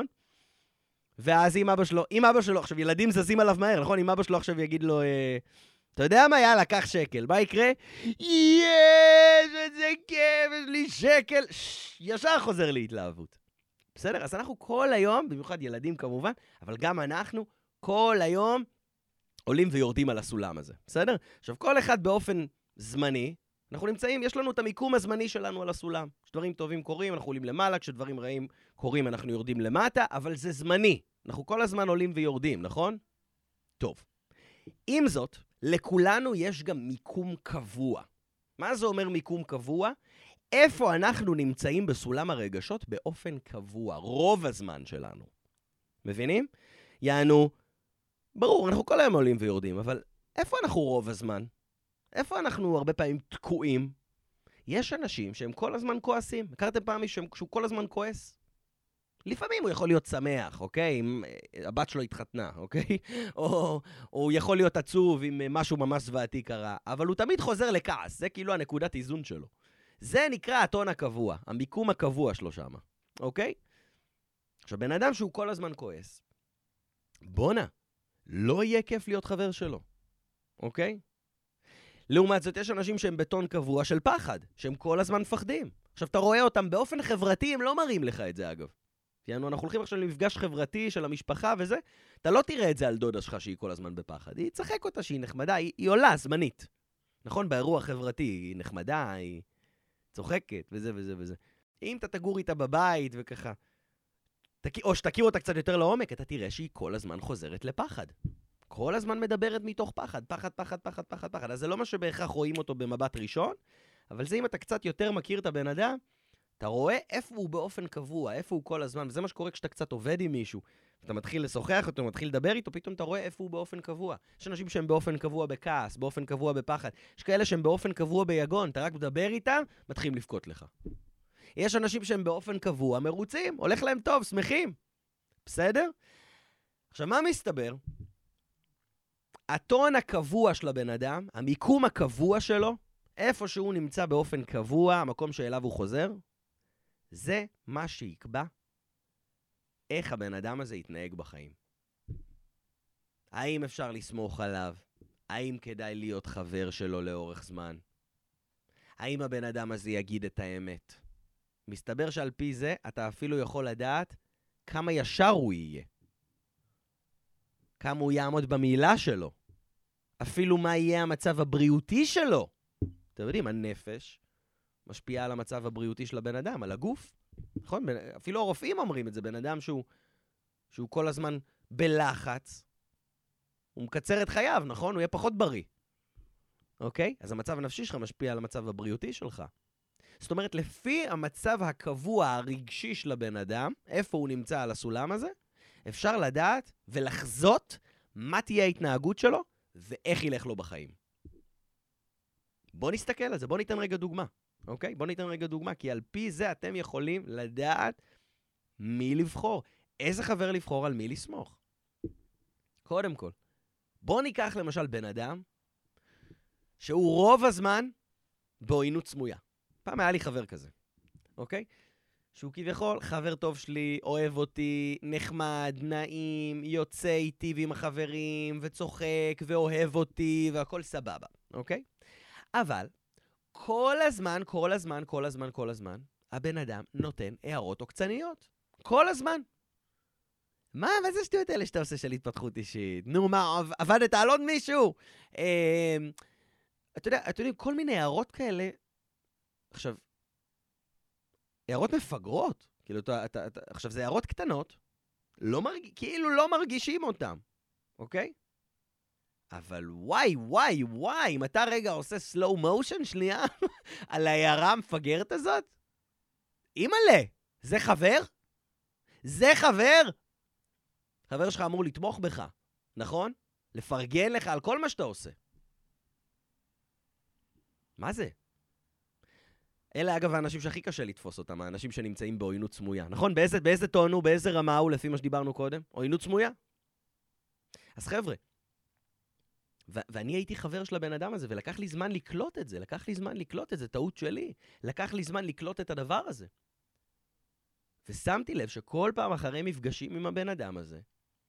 Speaker 1: ואז אם אבא שלו, אם אבא שלו, עכשיו ילדים זזים עליו מהר, נכון? אם אבא שלו עכשיו יגיד לו, אה, אתה יודע מה, יאללה, קח שקל, מה יקרה? יש, איזה כיף, יש לי שקל, ש- ישר חוזר להתלהבות. בסדר? אז אנחנו כל היום, במיוחד ילדים כמובן, אבל גם אנחנו כל היום עולים ויורדים על הסולם הזה, בסדר? עכשיו, כל אחד באופן זמני, אנחנו נמצאים, יש לנו את המיקום הזמני שלנו על הסולם. כשדברים טובים קורים, אנחנו עולים למעלה, כשדברים רעים קורים, אנחנו יורדים למטה, אבל זה זמני. אנחנו כל הזמן עולים ויורדים, נכון? טוב. עם זאת, לכולנו יש גם מיקום קבוע. מה זה אומר מיקום קבוע? איפה אנחנו נמצאים בסולם הרגשות באופן קבוע, רוב הזמן שלנו. מבינים? יענו, ברור, אנחנו כל היום עולים ויורדים, אבל איפה אנחנו רוב הזמן? איפה אנחנו הרבה פעמים תקועים? יש אנשים שהם כל הזמן כועסים. הכרתם פעם מישהו שהוא כל הזמן כועס? לפעמים הוא יכול להיות שמח, אוקיי? אם הבת שלו התחתנה, אוקיי? או, או הוא יכול להיות עצוב אם משהו ממש זוועתי קרה, אבל הוא תמיד חוזר לכעס. זה כאילו הנקודת איזון שלו. זה נקרא הטון הקבוע, המיקום הקבוע שלו שם, אוקיי? עכשיו, בן אדם שהוא כל הזמן כועס, בונה, לא יהיה כיף להיות חבר שלו, אוקיי? לעומת זאת, יש אנשים שהם בטון קבוע של פחד, שהם כל הזמן מפחדים. עכשיו, אתה רואה אותם באופן חברתי, הם לא מראים לך את זה, אגב. יענו, אנחנו הולכים עכשיו למפגש חברתי של המשפחה וזה, אתה לא תראה את זה על דודה שלך שהיא כל הזמן בפחד. היא צחק אותה שהיא נחמדה, היא, היא עולה זמנית. נכון? באירוע חברתי, היא נחמדה, היא צוחקת וזה וזה וזה. אם אתה תגור איתה בבית וככה, תק... או שתכיר אותה קצת יותר לעומק, אתה תראה שהיא כל הזמן חוזרת לפחד. כל הזמן מדברת מתוך פחד, פחד, פחד, פחד, פחד, פחד. אז זה לא מה שבהכרח רואים אותו במבט ראשון, אבל זה אם אתה קצת יותר מכיר את הבן אדם, אתה רואה איפה הוא באופן קבוע, איפה הוא כל הזמן, וזה מה שקורה כשאתה קצת עובד עם מישהו. אתה מתחיל לשוחח אותו, מתחיל לדבר איתו, פתאום אתה רואה איפה הוא באופן קבוע. יש אנשים שהם באופן קבוע בכעס, באופן קבוע בפחד. יש כאלה שהם באופן קבוע ביגון, אתה רק מדבר איתם, מתחילים לבכות לך. יש אנשים שהם באופן קבוע, מרוצים, הולך להם טוב, שמחים. בסדר? עכשיו, מה מסתבר? הטון הקבוע של הבן אדם, המיקום הקבוע שלו, איפה שהוא נמצא באופן קבוע, המקום שאליו הוא חוזר, זה מה שיקבע איך הבן אדם הזה יתנהג בחיים. האם אפשר לסמוך עליו? האם כדאי להיות חבר שלו לאורך זמן? האם הבן אדם הזה יגיד את האמת? מסתבר שעל פי זה אתה אפילו יכול לדעת כמה ישר הוא יהיה. כמה הוא יעמוד במילה שלו. אפילו מה יהיה המצב הבריאותי שלו. אתם יודעים, הנפש משפיעה על המצב הבריאותי של הבן אדם, על הגוף. נכון? אפילו הרופאים אומרים את זה, בן אדם שהוא, שהוא כל הזמן בלחץ, הוא מקצר את חייו, נכון? הוא יהיה פחות בריא. אוקיי? אז המצב הנפשי שלך משפיע על המצב הבריאותי שלך. זאת אומרת, לפי המצב הקבוע, הרגשי של הבן אדם, איפה הוא נמצא על הסולם הזה, אפשר לדעת ולחזות מה תהיה ההתנהגות שלו ואיך ילך לו בחיים. בוא נסתכל על זה, בוא ניתן רגע דוגמה. אוקיי? בוא ניתן רגע דוגמה, כי על פי זה אתם יכולים לדעת מי לבחור. איזה חבר לבחור, על מי לסמוך. קודם כל, בוא ניקח למשל בן אדם שהוא רוב הזמן בעוינות סמויה. פעם היה לי חבר כזה, אוקיי? שהוא כביכול חבר טוב שלי, אוהב אותי, נחמד, נעים, יוצא איתי ועם החברים, וצוחק ואוהב אותי, והכל סבבה, אוקיי? אבל כל הזמן, כל הזמן, כל הזמן, כל הזמן, הבן אדם נותן הערות עוקצניות. כל הזמן. מה, מה זה שטויות האלה שאתה עושה של התפתחות אישית? נו, מה, עבדת על עוד מישהו? אה, אתה יודע, אתה יודע, כל מיני הערות כאלה, עכשיו, הערות מפגרות, כאילו, אתה, אתה, אתה, עכשיו, זה הערות קטנות, לא מרג... כאילו לא מרגישים אותם, אוקיי? אבל וואי, וואי, וואי, אם אתה רגע עושה slow motion שנייה על ההערה המפגרת הזאת, אימאלה, זה חבר? זה חבר? חבר שלך אמור לתמוך בך, נכון? לפרגן לך על כל מה שאתה עושה. מה זה? אלה אגב האנשים שהכי קשה לתפוס אותם, האנשים שנמצאים בעוינות סמויה, נכון? באיזה, באיזה טון הוא, באיזה רמה הוא, לפי מה שדיברנו קודם? עוינות סמויה? אז חבר'ה, ו- ואני הייתי חבר של הבן אדם הזה, ולקח לי זמן לקלוט את זה, לקח לי זמן לקלוט את זה, טעות שלי, לקח לי זמן לקלוט את הדבר הזה. ושמתי לב שכל פעם אחרי מפגשים עם הבן אדם הזה,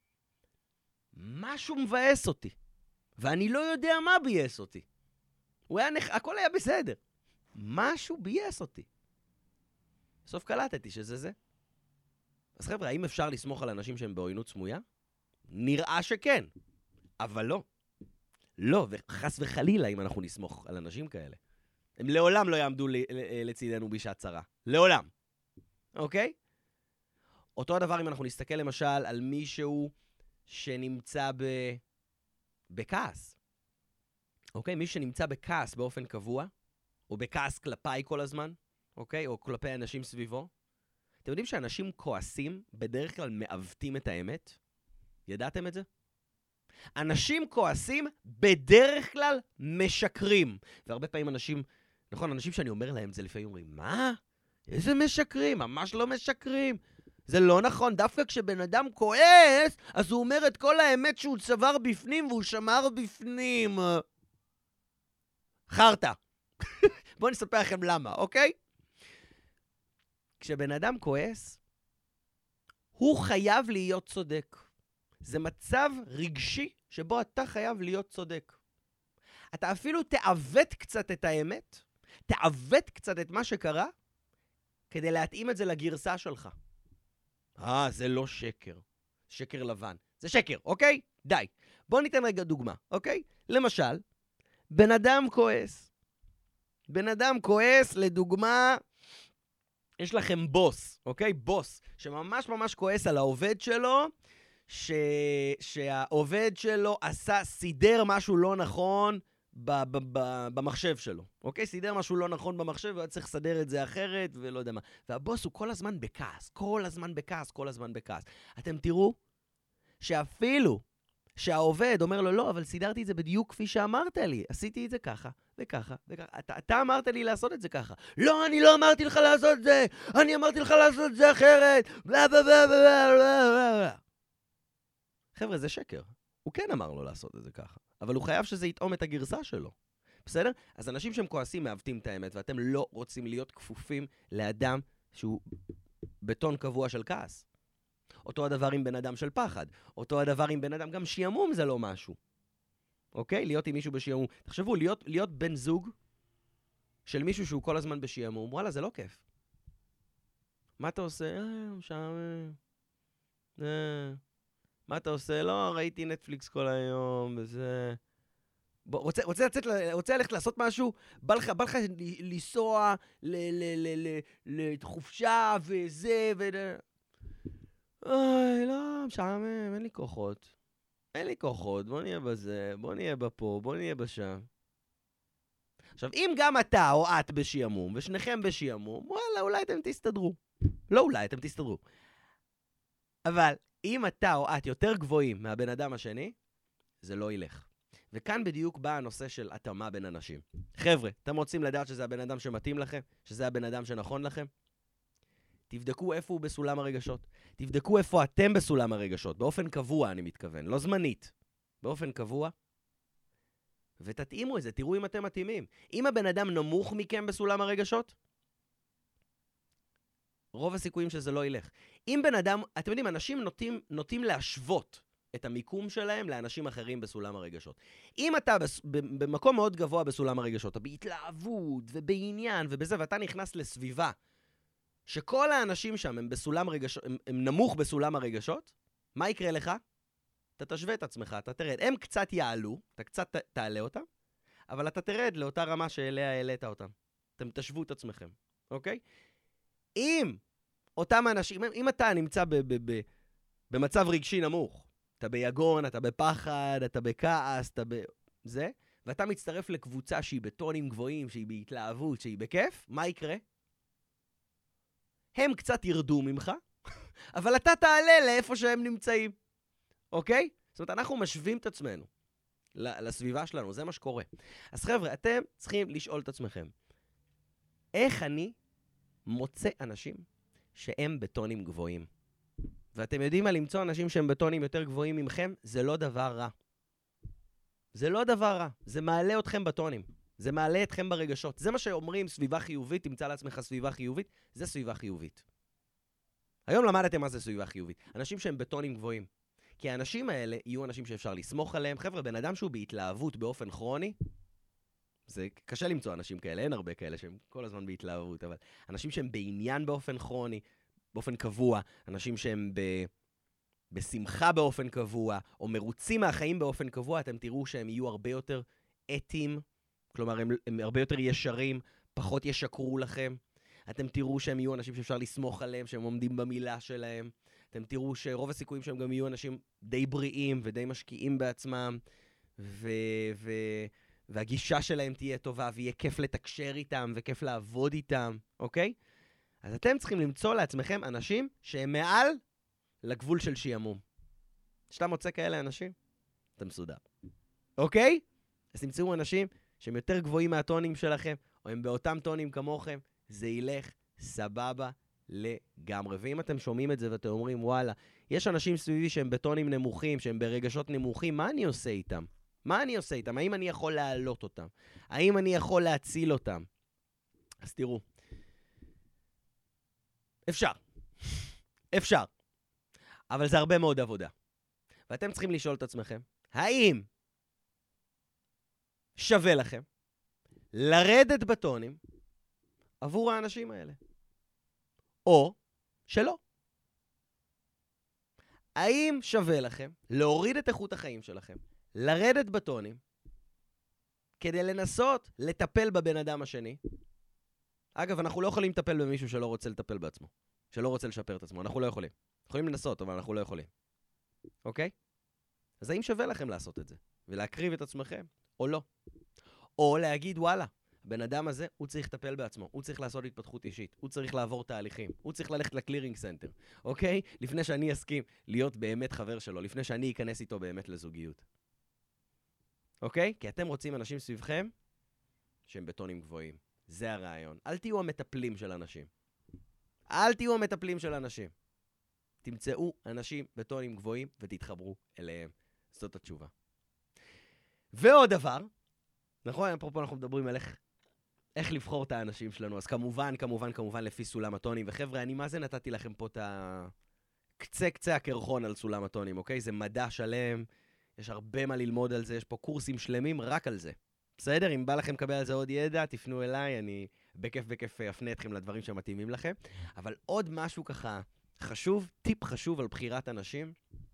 Speaker 1: משהו מבאס אותי, ואני לא יודע מה בייס אותי. הוא היה נח... הכל היה בסדר. משהו בייס אותי. בסוף קלטתי שזה זה. אז חבר'ה, האם אפשר לסמוך על אנשים שהם בעוינות סמויה? נראה שכן, אבל לא. לא, וחס וחלילה אם אנחנו נסמוך על אנשים כאלה. הם לעולם לא יעמדו לצידנו בשעת צרה. לעולם. אוקיי? אותו הדבר אם אנחנו נסתכל למשל על מישהו שנמצא ב... בכעס. אוקיי? מישהו שנמצא בכעס באופן קבוע, או בכעס כלפיי כל הזמן, אוקיי? או כלפי אנשים סביבו. אתם יודעים שאנשים כועסים בדרך כלל מעוותים את האמת? ידעתם את זה? אנשים כועסים בדרך כלל משקרים. והרבה פעמים אנשים, נכון, אנשים שאני אומר להם זה לפעמים אומרים, מה? איזה משקרים? ממש לא משקרים. זה לא נכון, דווקא כשבן אדם כועס, אז הוא אומר את כל האמת שהוא צבר בפנים והוא שמר בפנים. חרטה. בואו נספר לכם למה, אוקיי? כשבן אדם כועס, הוא חייב להיות צודק. זה מצב רגשי שבו אתה חייב להיות צודק. אתה אפילו תעוות קצת את האמת, תעוות קצת את מה שקרה, כדי להתאים את זה לגרסה שלך. אה, זה לא שקר. שקר לבן. זה שקר, אוקיי? די. בוא ניתן רגע דוגמה, אוקיי? למשל, בן אדם כועס. בן אדם כועס, לדוגמה, יש לכם בוס, אוקיי? בוס, שממש ממש כועס על העובד שלו, ש... שהעובד שלו עשה, סידר משהו לא נכון ב- ב- ב- במחשב שלו, אוקיי? סידר משהו לא נכון במחשב, והיה צריך לסדר את זה אחרת, ולא יודע מה. והבוס הוא כל הזמן בכעס, כל הזמן בכעס, כל הזמן בכעס. אתם תראו שאפילו שהעובד אומר לו, לא, אבל סידרתי את זה בדיוק כפי שאמרת לי, עשיתי את זה ככה, וככה, וככה. אתה, אתה אמרת לי לעשות את זה ככה. לא, אני לא אמרתי לך לעשות את זה, אני אמרתי לך לעשות את זה אחרת, בלה בלה בלה בלה בלה בלה. חבר'ה, זה שקר. הוא כן אמר לו לעשות את זה ככה, אבל הוא חייב שזה יטעום את הגרסה שלו. בסדר? אז אנשים שהם כועסים מעוותים את האמת, ואתם לא רוצים להיות כפופים לאדם שהוא בטון קבוע של כעס. אותו הדבר עם בן אדם של פחד. אותו הדבר עם בן אדם, גם שיעמום זה לא משהו. אוקיי? להיות עם מישהו בשיעמום. תחשבו, להיות, להיות בן זוג של מישהו שהוא כל הזמן בשיעמום, וואלה, זה לא כיף. מה אתה עושה? אה, משעמם. אה... מה אתה עושה? לא, ראיתי נטפליקס כל היום, וזה... בוא, רוצה, רוצה לצאת, רוצה ללכת לעשות משהו? בא לך, בא לך לנסוע לחופשה וזה ו... אוי, לא, משעמם, אין לי כוחות. אין לי כוחות, בוא נהיה בזה, בוא נהיה בפה, בוא נהיה בשם. עכשיו, אם גם אתה או את בשיעמום, ושניכם בשיעמום, וואלה, אולי אתם תסתדרו. לא אולי, אתם תסתדרו. אבל... אם אתה או את יותר גבוהים מהבן אדם השני, זה לא ילך. וכאן בדיוק בא הנושא של התאמה בין אנשים. חבר'ה, אתם רוצים לדעת שזה הבן אדם שמתאים לכם? שזה הבן אדם שנכון לכם? תבדקו איפה הוא בסולם הרגשות. תבדקו איפה אתם בסולם הרגשות. באופן קבוע אני מתכוון, לא זמנית. באופן קבוע. ותתאימו את זה, תראו אם אתם מתאימים. אם הבן אדם נמוך מכם בסולם הרגשות, רוב הסיכויים שזה לא ילך. אם בן אדם, אתם יודעים, אנשים נוטים, נוטים להשוות את המיקום שלהם לאנשים אחרים בסולם הרגשות. אם אתה בס, במקום מאוד גבוה בסולם הרגשות, אתה בהתלהבות ובעניין ובזה, ואתה נכנס לסביבה, שכל האנשים שם הם בסולם רגשות, הם, הם נמוך בסולם הרגשות, מה יקרה לך? אתה תשווה את עצמך, אתה תרד. הם קצת יעלו, אתה קצת ת, תעלה אותם, אבל אתה תרד לאותה רמה שאליה העלית אותם. אתם תשוו את עצמכם, אוקיי? אם אותם אנשים, אם אתה נמצא ב- ב- ב- במצב רגשי נמוך, אתה ביגון, אתה בפחד, אתה בכעס, אתה בזה, ואתה מצטרף לקבוצה שהיא בטונים גבוהים, שהיא בהתלהבות, שהיא בכיף, מה יקרה? הם קצת ירדו ממך, אבל אתה תעלה לאיפה שהם נמצאים, אוקיי? זאת אומרת, אנחנו משווים את עצמנו לסביבה שלנו, זה מה שקורה. אז חבר'ה, אתם צריכים לשאול את עצמכם, איך אני מוצא אנשים שהם בטונים גבוהים? ואתם יודעים מה? למצוא אנשים שהם בטונים יותר גבוהים ממכם, זה לא דבר רע. זה לא דבר רע. זה מעלה אתכם בטונים. זה מעלה אתכם ברגשות. זה מה שאומרים, סביבה חיובית, תמצא לעצמך סביבה חיובית, זה סביבה חיובית. היום למדתם מה זה סביבה חיובית. אנשים שהם בטונים גבוהים. כי האנשים האלה יהיו אנשים שאפשר לסמוך עליהם. חבר'ה, בן אדם שהוא בהתלהבות באופן כרוני, זה קשה למצוא אנשים כאלה, אין הרבה כאלה שהם כל הזמן בהתלהבות, אבל אנשים שהם בעניין באופן כרוני, באופן קבוע, אנשים שהם ב... בשמחה באופן קבוע, או מרוצים מהחיים באופן קבוע, אתם תראו שהם יהיו הרבה יותר אתיים, כלומר, הם, הם הרבה יותר ישרים, פחות ישקרו לכם. אתם תראו שהם יהיו אנשים שאפשר לסמוך עליהם, שהם עומדים במילה שלהם. אתם תראו שרוב הסיכויים שהם גם יהיו אנשים די בריאים ודי משקיעים בעצמם, ו... ו... והגישה שלהם תהיה טובה, ויהיה כיף לתקשר איתם, וכיף לעבוד איתם, אוקיי? אז אתם צריכים למצוא לעצמכם אנשים שהם מעל לגבול של שיעמום. כשאתה מוצא כאלה אנשים, אתה מסודר. אוקיי? אז תמצאו אנשים שהם יותר גבוהים מהטונים שלכם, או הם באותם טונים כמוכם, זה ילך סבבה לגמרי. ואם אתם שומעים את זה ואתם אומרים, וואלה, יש אנשים סביבי שהם בטונים נמוכים, שהם ברגשות נמוכים, מה אני עושה איתם? מה אני עושה איתם? האם אני יכול להעלות אותם? האם אני יכול להציל אותם? אז תראו. אפשר. אפשר. אבל זה הרבה מאוד עבודה. ואתם צריכים לשאול את עצמכם, האם שווה לכם לרדת בטונים עבור האנשים האלה? או שלא. האם שווה לכם להוריד את איכות החיים שלכם, לרדת בטונים, כדי לנסות לטפל בבן אדם השני? אגב, אנחנו לא יכולים לטפל במישהו שלא רוצה לטפל בעצמו, שלא רוצה לשפר את עצמו. אנחנו לא יכולים. יכולים לנסות, אבל אנחנו לא יכולים. אוקיי? אז האם שווה לכם לעשות את זה? ולהקריב את עצמכם? או לא? או להגיד, וואלה, הבן אדם הזה, הוא צריך לטפל בעצמו, הוא צריך לעשות התפתחות אישית, הוא צריך לעבור תהליכים, הוא צריך ללכת לקלירינג סנטר, אוקיי? לפני שאני אסכים להיות באמת חבר שלו, לפני שאני אכנס איתו באמת לזוגיות. אוקיי? כי אתם רוצים אנשים סביבכם שהם בטונים גבוהים. זה הרעיון. אל תהיו המטפלים של אנשים. אל תהיו המטפלים של אנשים. תמצאו אנשים בטונים גבוהים ותתחברו אליהם. זאת התשובה. ועוד דבר, נכון? אפרופו אנחנו מדברים על איך, איך לבחור את האנשים שלנו. אז כמובן, כמובן, כמובן לפי סולם הטונים. וחבר'ה, אני מה זה נתתי לכם פה את הקצה קצה הקרחון על סולם הטונים, אוקיי? זה מדע שלם. יש הרבה מה ללמוד על זה. יש פה קורסים שלמים רק על זה. בסדר? אם בא לכם לקבל על זה עוד ידע, תפנו אליי. אני בכיף בכיף אפנה אתכם לדברים שמתאימים לכם. אבל עוד משהו ככה חשוב, טיפ חשוב על בחירת אנשים.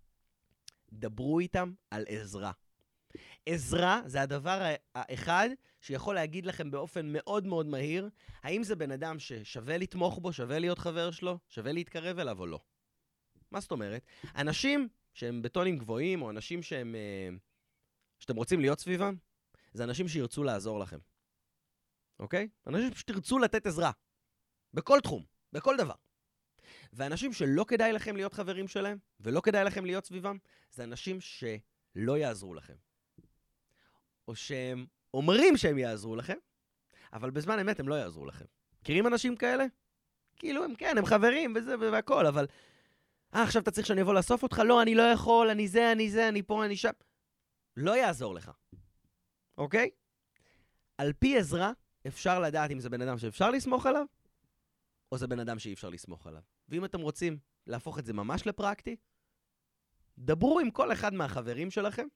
Speaker 1: דברו איתם על עזרה. עזרה זה הדבר האחד שיכול להגיד לכם באופן מאוד מאוד מהיר, האם זה בן אדם ששווה לתמוך בו, שווה להיות חבר שלו, שווה להתקרב אליו או לא. מה זאת אומרת? אנשים שהם בטונים גבוהים, או אנשים שהם, שאתם רוצים להיות סביבם, זה אנשים שירצו לעזור לכם. אוקיי? אנשים שתרצו לתת עזרה. בכל תחום, בכל דבר. ואנשים שלא כדאי לכם להיות חברים שלהם, ולא כדאי לכם להיות סביבם, זה אנשים שלא יעזרו לכם. או שהם אומרים שהם יעזרו לכם, אבל בזמן אמת הם לא יעזרו לכם. מכירים אנשים כאלה? כאילו הם כן, הם חברים וזה והכל, אבל אה, עכשיו אתה צריך שאני אבוא לאסוף אותך? לא, אני לא יכול, אני זה, אני זה, אני פה, אני שם. לא יעזור לך. אוקיי? על פי עזרה, אפשר לדעת אם זה בן אדם שאפשר לסמוך עליו, או זה בן אדם שאי אפשר לסמוך עליו. ואם אתם רוצים להפוך את זה ממש לפרקטי, דברו עם כל אחד מהחברים שלכם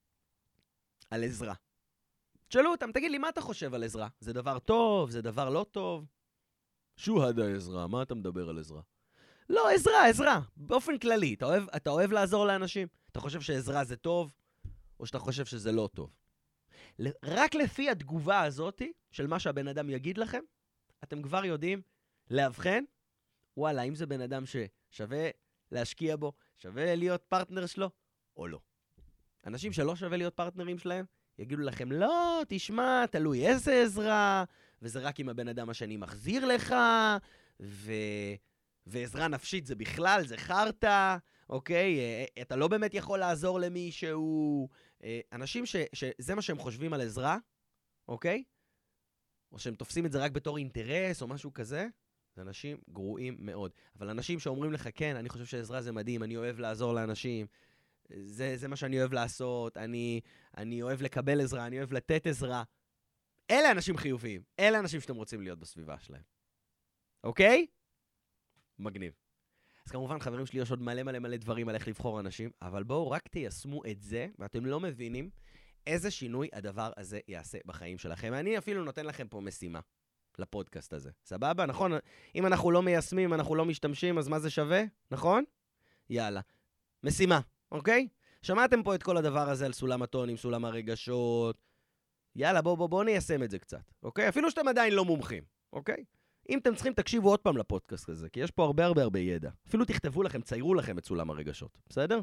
Speaker 1: על עזרה. תשאלו אותם, תגיד לי, מה אתה חושב על עזרה? זה דבר טוב? זה דבר לא טוב? שוהד העזרה, מה אתה מדבר על עזרה? לא, עזרה, עזרה. באופן כללי, אתה אוהב, אתה אוהב לעזור לאנשים? אתה חושב שעזרה זה טוב, או שאתה חושב שזה לא טוב? רק לפי התגובה הזאת, של מה שהבן אדם יגיד לכם, אתם כבר יודעים להבחן, וואלה, אם זה בן אדם ששווה להשקיע בו, שווה להיות פרטנר שלו, או לא. אנשים שלא שווה להיות פרטנרים שלהם, יגידו לכם, לא, תשמע, תלוי איזה עזרה, וזה רק אם הבן אדם השני מחזיר לך, ו... ועזרה נפשית זה בכלל, זה חרטה, אוקיי? אתה לא באמת יכול לעזור למישהו. אנשים ש... שזה מה שהם חושבים על עזרה, אוקיי? או שהם תופסים את זה רק בתור אינטרס או משהו כזה, זה אנשים גרועים מאוד. אבל אנשים שאומרים לך, כן, אני חושב שעזרה זה מדהים, אני אוהב לעזור לאנשים, זה, זה מה שאני אוהב לעשות, אני, אני אוהב לקבל עזרה, אני אוהב לתת עזרה. אלה אנשים חיוביים, אלה אנשים שאתם רוצים להיות בסביבה שלהם. אוקיי? מגניב. אז כמובן, חברים שלי, יש עוד מלא מלא מלא דברים על איך לבחור אנשים, אבל בואו רק תיישמו את זה, ואתם לא מבינים איזה שינוי הדבר הזה יעשה בחיים שלכם. אני אפילו נותן לכם פה משימה לפודקאסט הזה. סבבה? נכון? אם אנחנו לא מיישמים, אנחנו לא משתמשים, אז מה זה שווה? נכון? יאללה. משימה, אוקיי? שמעתם פה את כל הדבר הזה על סולם הטונים, סולם הרגשות. יאללה, בואו בואו בואו ניישם את זה קצת, אוקיי? אפילו שאתם עדיין לא מומחים, אוקיי? אם אתם צריכים, תקשיבו עוד פעם לפודקאסט הזה, כי יש פה הרבה הרבה הרבה ידע. אפילו תכתבו לכם, ציירו לכם את סולם הרגשות, בסדר?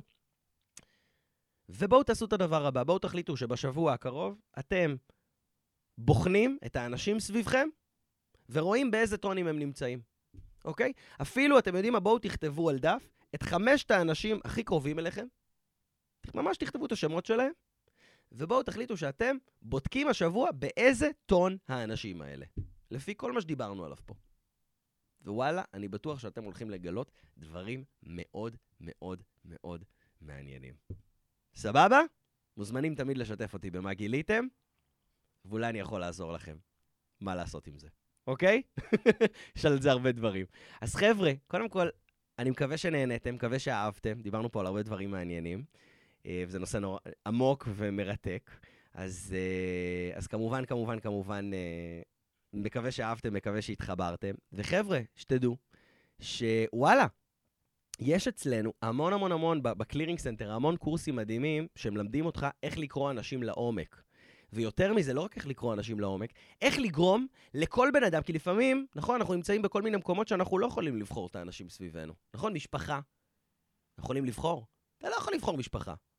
Speaker 1: ובואו תעשו את הדבר הבא, בואו תחליטו שבשבוע הקרוב אתם בוחנים את האנשים סביבכם, ורואים באיזה טונים הם נמצאים, אוקיי? אפילו, אתם יודעים מה, בואו תכתבו על דף את חמשת האנשים הכי קרובים אליכם, ממש תכתבו את השמות שלהם, ובואו תחליטו שאתם בודקים השבוע באיזה טון האנשים האלה. לפי כל מה שדיברנו עליו פה. ווואלה, אני בטוח שאתם הולכים לגלות דברים מאוד מאוד מאוד מעניינים. סבבה? מוזמנים תמיד לשתף אותי במה גיליתם, ואולי אני יכול לעזור לכם מה לעשות עם זה. אוקיי? יש על זה הרבה דברים. אז חבר'ה, קודם כל, אני מקווה שנהנתם, מקווה שאהבתם. דיברנו פה על הרבה דברים מעניינים, וזה נושא נורא עמוק ומרתק. אז, אז כמובן, כמובן, כמובן, מקווה שאהבתם, מקווה שהתחברתם. וחבר'ה, שתדעו שוואלה, יש אצלנו המון המון המון בקלירינג סנטר, המון קורסים מדהימים שמלמדים אותך איך לקרוא אנשים לעומק. ויותר מזה, לא רק איך לקרוא אנשים לעומק, איך לגרום לכל בן אדם, כי לפעמים, נכון, אנחנו נמצאים בכל מיני מקומות שאנחנו לא יכולים לבחור את האנשים סביבנו. נכון, משפחה. יכולים לבחור. אתה לא יכול לבחור משפחה,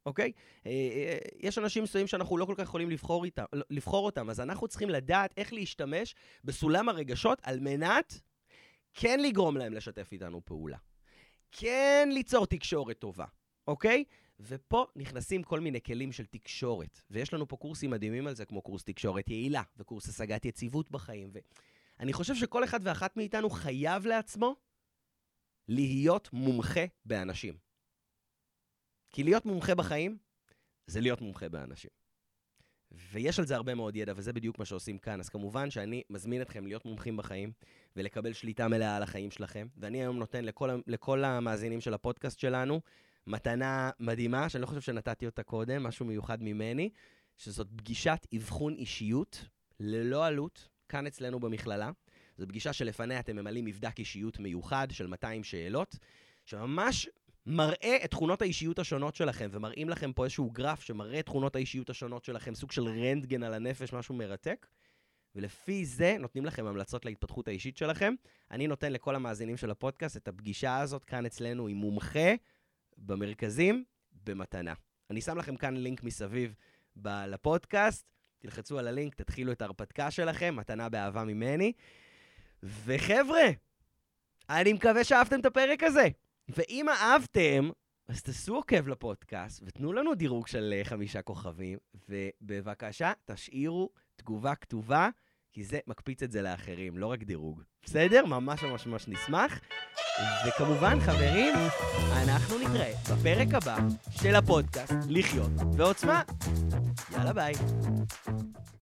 Speaker 1: אוקיי? יש אנשים מסוימים שאנחנו לא כל כך יכולים לבחור, איתם, לבחור אותם, אז אנחנו צריכים לדעת איך להשתמש בסולם הרגשות על מנת כן לגרום להם לשתף איתנו פעולה. כן ליצור תקשורת טובה, אוקיי? ופה נכנסים כל מיני כלים של תקשורת, ויש לנו פה קורסים מדהימים על זה, כמו קורס תקשורת יעילה, וקורס השגת יציבות בחיים, ואני חושב שכל אחד ואחת מאיתנו חייב לעצמו להיות מומחה באנשים. כי להיות מומחה בחיים, זה להיות מומחה באנשים. ויש על זה הרבה מאוד ידע, וזה בדיוק מה שעושים כאן. אז כמובן שאני מזמין אתכם להיות מומחים בחיים, ולקבל שליטה מלאה על החיים שלכם. ואני היום נותן לכל, לכל המאזינים של הפודקאסט שלנו, מתנה מדהימה, שאני לא חושב שנתתי אותה קודם, משהו מיוחד ממני, שזאת פגישת אבחון אישיות, ללא עלות, כאן אצלנו במכללה. זו פגישה שלפניה אתם ממלאים מבדק אישיות מיוחד של מאתיים שאלות, שממש מראה את תכונות האישיות השונות שלכם, ומראים לכם פה איזשהו גרף שמראה את תכונות האישיות השונות שלכם, סוג של רנטגן על הנפש, משהו מרתק, ולפי זה נותנים לכם המלצות להתפתחות האישית שלכם. אני נותן לכל המאזינים של הפודקאסט את הפגישה הזאת כאן אצלנו עם מומחה במרכזים במתנה. אני שם לכם כאן לינק מסביב ב- לפודקאסט, תלחצו על הלינק, תתחילו את ההרפתקה שלכם, מתנה באהבה ממני. וחבר'ה, אני מקווה שאהבתם את הפרק הזה. ואם אהבתם, אז תעשו עוקב לפודקאסט, ותנו לנו דירוג של חמישה כוכבים, ובבקשה תשאירו תגובה כתובה, כי זה מקפיץ את זה לאחרים, לא רק דירוג. בסדר? ממש ממש ממש נשמח. וכמובן, חברים, אנחנו נתראה בפרק הבא של הפודקאסט לחיות בעוצמה. יאללה ביי.